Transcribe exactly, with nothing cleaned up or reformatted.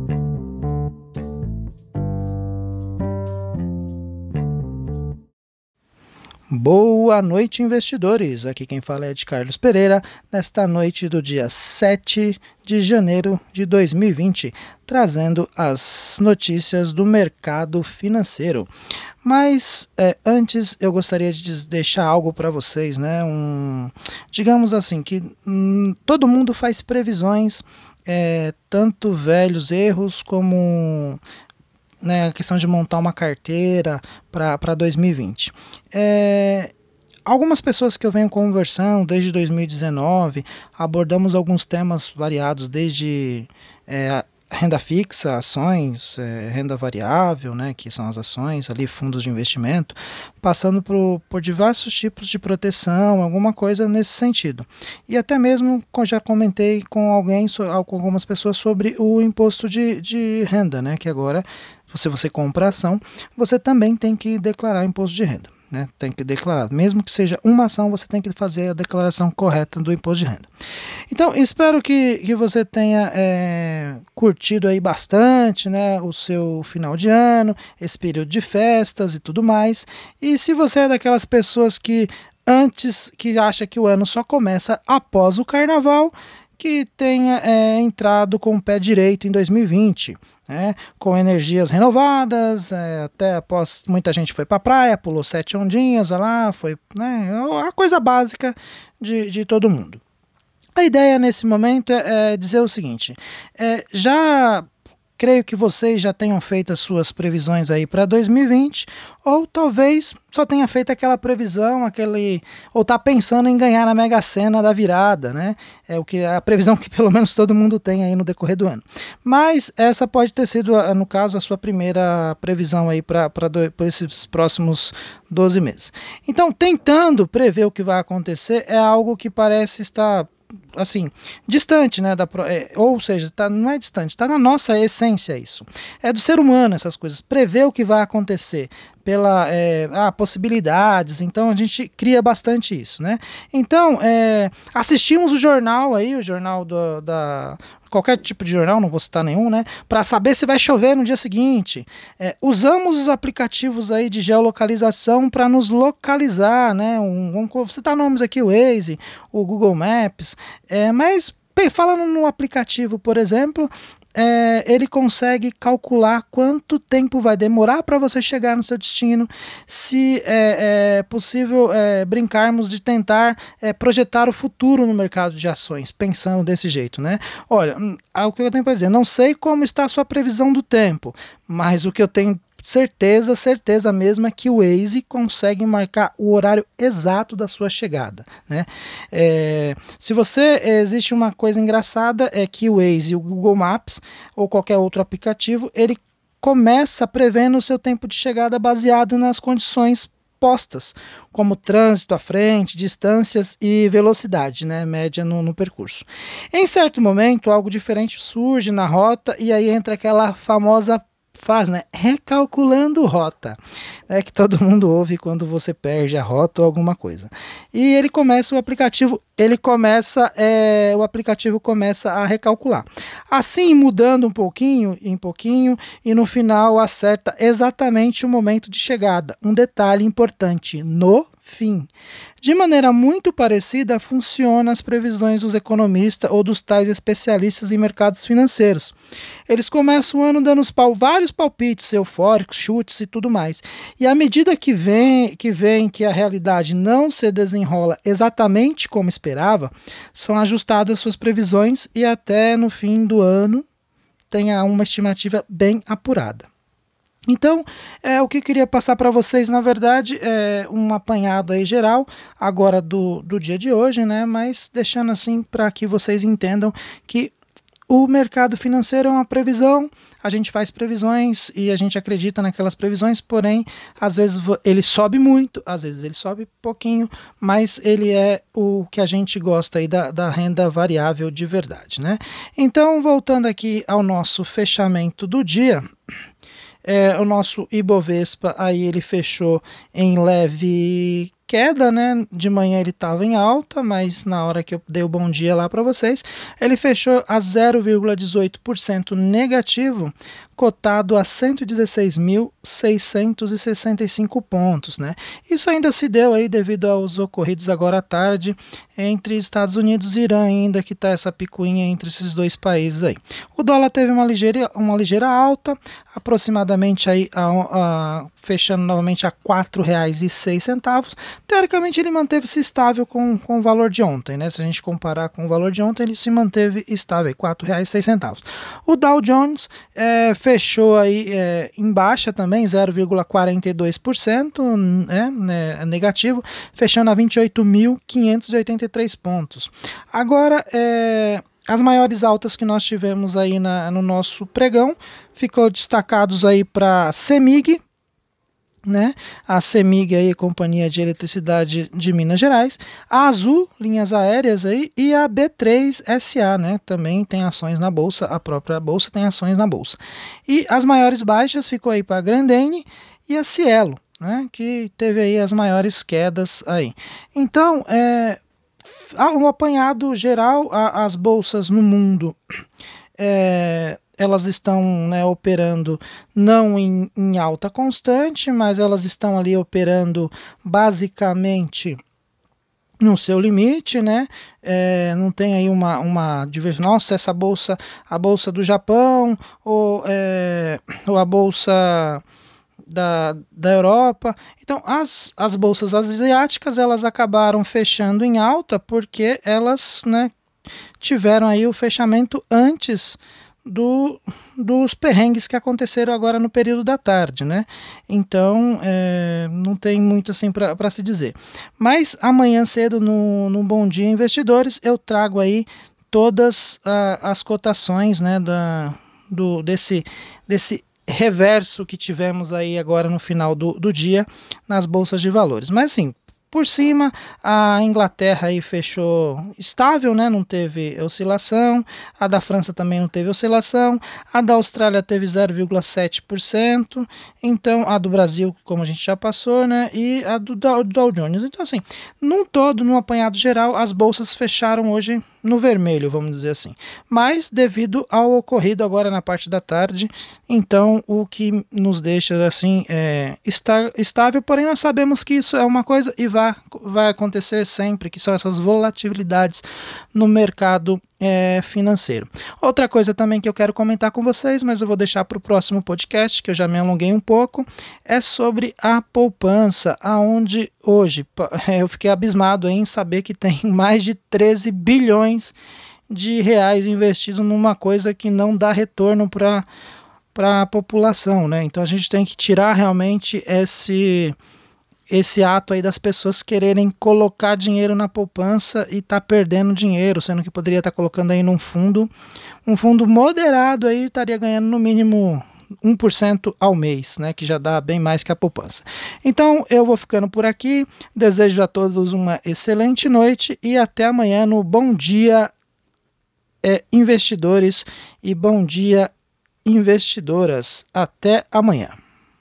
Boa noite, investidores. Aqui quem fala é de Carlos Pereira, nesta noite do dia sete de janeiro de dois mil e vinte, trazendo as notícias do mercado financeiro. Mas é, antes eu gostaria de deixar algo para vocês, né? Um, digamos assim, que hum, todo mundo faz previsões, é, tanto velhos erros como... Né, a questão de montar uma carteira para dois mil e vinte. É, algumas pessoas que eu venho conversando desde dois mil e dezenove, abordamos alguns temas variados, desde é, renda fixa, ações, é, renda variável, né, que são as ações, ali, fundos de investimento, passando por, por diversos tipos de proteção, alguma coisa nesse sentido. E até mesmo já comentei com alguém, com algumas pessoas, sobre o imposto de, de renda, né, que agora, se você compra ação, você também tem que declarar imposto de renda. Né? Tem que declarar, mesmo que seja uma ação, você tem que fazer a declaração correta do imposto de renda. Então, espero que, que você tenha é, curtido aí bastante, né, o seu final de ano, esse período de festas e tudo mais. E se você é daquelas pessoas que antes, que acha que o ano só começa após o carnaval, que tenha é, entrado com o pé direito em dois mil e vinte, né, com energias renovadas, é, até após muita gente foi para a praia, pulou sete ondinhas lá, foi, né, a coisa básica de, de todo mundo. A ideia nesse momento é, é dizer o seguinte, é, já... creio que vocês já tenham feito as suas previsões aí para dois mil e vinte, ou talvez só tenha feito aquela previsão, aquele, ou está pensando em ganhar na Mega Sena da virada, né? É o que a previsão que pelo menos todo mundo tem aí no decorrer do ano. Mas essa pode ter sido, no caso, a sua primeira previsão aí para por esses próximos doze meses. Então, tentando prever o que vai acontecer é algo que parece estar assim, distante, né, da, é, ou seja, tá, não é distante, está na nossa essência isso, é do ser humano essas coisas, prever o que vai acontecer, pela é, ah, possibilidades, então a gente cria bastante isso, né, então é, assistimos o jornal aí, o jornal do, da... qualquer tipo de jornal, não vou citar nenhum, né, para saber se vai chover no dia seguinte, é, usamos os aplicativos aí de geolocalização para nos localizar, né, um, vamos citar nomes aqui, o Waze, o Google Maps, é, mas falando no aplicativo, por exemplo, é, ele consegue calcular quanto tempo vai demorar para você chegar no seu destino, se é, é possível é, brincarmos de tentar é, projetar o futuro no mercado de ações, pensando desse jeito, né? Olha, o que eu tenho para dizer, não sei como está a sua previsão do tempo, mas o que eu tenho certeza, certeza mesmo é que o Waze consegue marcar o horário exato da sua chegada, né? É, se você, existe uma coisa engraçada, é que o Waze, o Google Maps ou qualquer outro aplicativo, ele começa prevendo o seu tempo de chegada baseado nas condições postas, como trânsito à frente, distâncias e velocidade, né, média no, no percurso. Em certo momento, algo diferente surge na rota e aí entra aquela famosa faz, né? Recalculando rota, é que todo mundo ouve quando você perde a rota ou alguma coisa. E ele começa o aplicativo, ele começa, é, o aplicativo começa a recalcular. Assim, mudando um pouquinho em pouquinho e no final acerta exatamente o momento de chegada. Um detalhe importante, no fim. De maneira muito parecida, funcionam as previsões dos economistas ou dos tais especialistas em mercados financeiros. Eles começam o ano dando os pau, vários palpites eufóricos, chutes e tudo mais. E à medida que vem, que vem que a realidade não se desenrola exatamente como esperava, são ajustadas suas previsões e até no fim do ano tenha uma estimativa bem apurada. Então, é, o que eu queria passar para vocês, na verdade, é um apanhado aí geral, agora do, do dia de hoje, né? Mas deixando assim para que vocês entendam que o mercado financeiro é uma previsão, a gente faz previsões e a gente acredita naquelas previsões, porém, às vezes ele sobe muito, às vezes ele sobe pouquinho, mas ele é o que a gente gosta aí da, da renda variável de verdade, né? Então, voltando aqui ao nosso fechamento do dia... É, o nosso Ibovespa aí ele fechou em leve queda, né? De manhã ele estava em alta, mas na hora que eu dei o bom dia lá para vocês, ele fechou a zero vírgula dezoito por cento negativo, cotado a cento e dezesseis mil seiscentos e sessenta e cinco pontos, né? Isso ainda se deu aí devido aos ocorridos agora à tarde entre Estados Unidos e Irã, ainda que está essa picuinha entre esses dois países aí. O dólar teve uma ligeira, uma ligeira alta, aproximadamente aí a, a, fechando novamente a quatro reais e seis centavos. Teoricamente ele manteve-se estável com, com o valor de ontem, né? Se a gente comparar com o valor de ontem, ele se manteve estável, quatro reais e seis centavos. O Dow Jones é, fechou aí é, em baixa também, zero vírgula quarenta e dois por cento, né, né, negativo, fechando a vinte e oito mil quinhentos e oitenta e três pontos. Agora, é, as maiores altas que nós tivemos aí na, no nosso pregão, ficou destacados aí para CEMIG, né? A CEMIG aí, Companhia de Eletricidade de Minas Gerais, a Azul, linhas aéreas aí, e a B três S A, né? Também tem ações na bolsa, a própria bolsa tem ações na bolsa. E as maiores baixas ficou aí para a Grendene e a Cielo, né? Que teve aí as maiores quedas aí. Então, é, um apanhado geral, a, as bolsas no mundo é, elas estão, né, operando não em, em alta constante, mas elas estão ali operando basicamente no seu limite, né? É, não tem aí uma, uma diversão. Nossa, essa bolsa, a bolsa do Japão ou, é, ou a bolsa da, da Europa. Então, as, as bolsas asiáticas, elas acabaram fechando em alta porque elas, né, tiveram aí o fechamento antes do, dos perrengues que aconteceram agora no período da tarde, né? Então, é, não tem muito assim para se dizer. Mas amanhã cedo, no, no Bom Dia Investidores, eu trago aí todas a, as cotações, né, da, do, desse, desse reverso que tivemos aí agora no final do, do dia nas bolsas de valores. Mas assim, por cima, a Inglaterra aí fechou estável, né? Não teve oscilação. A da França também não teve oscilação. A da Austrália teve zero vírgula sete por cento. Então, a do Brasil, como a gente já passou, né? E a do Dow, do Dow Jones. Então, assim, num todo, num apanhado geral, as bolsas fecharam hoje no vermelho, vamos dizer assim. Mas devido ao ocorrido agora na parte da tarde, então o que nos deixa assim é, está, estável, porém nós sabemos que isso é uma coisa e vai, vai acontecer sempre, que são essas volatilidades no mercado é, financeiro. Outra coisa também que eu quero comentar com vocês, mas eu vou deixar para o próximo podcast, que eu já me alonguei um pouco, é sobre a poupança, aonde hoje eu fiquei abismado em saber que tem mais de treze bilhões de reais investidos numa coisa que não dá retorno para para a população, né? Então a gente tem que tirar realmente esse esse ato aí das pessoas quererem colocar dinheiro na poupança e tá perdendo dinheiro, sendo que poderia estar tá colocando aí num fundo, um fundo moderado aí estaria ganhando no mínimo um por cento ao mês, né, que já dá bem mais que a poupança. Então eu vou ficando por aqui, desejo a todos uma excelente noite e até amanhã no Bom Dia é, Investidores e Bom Dia Investidoras. Até amanhã.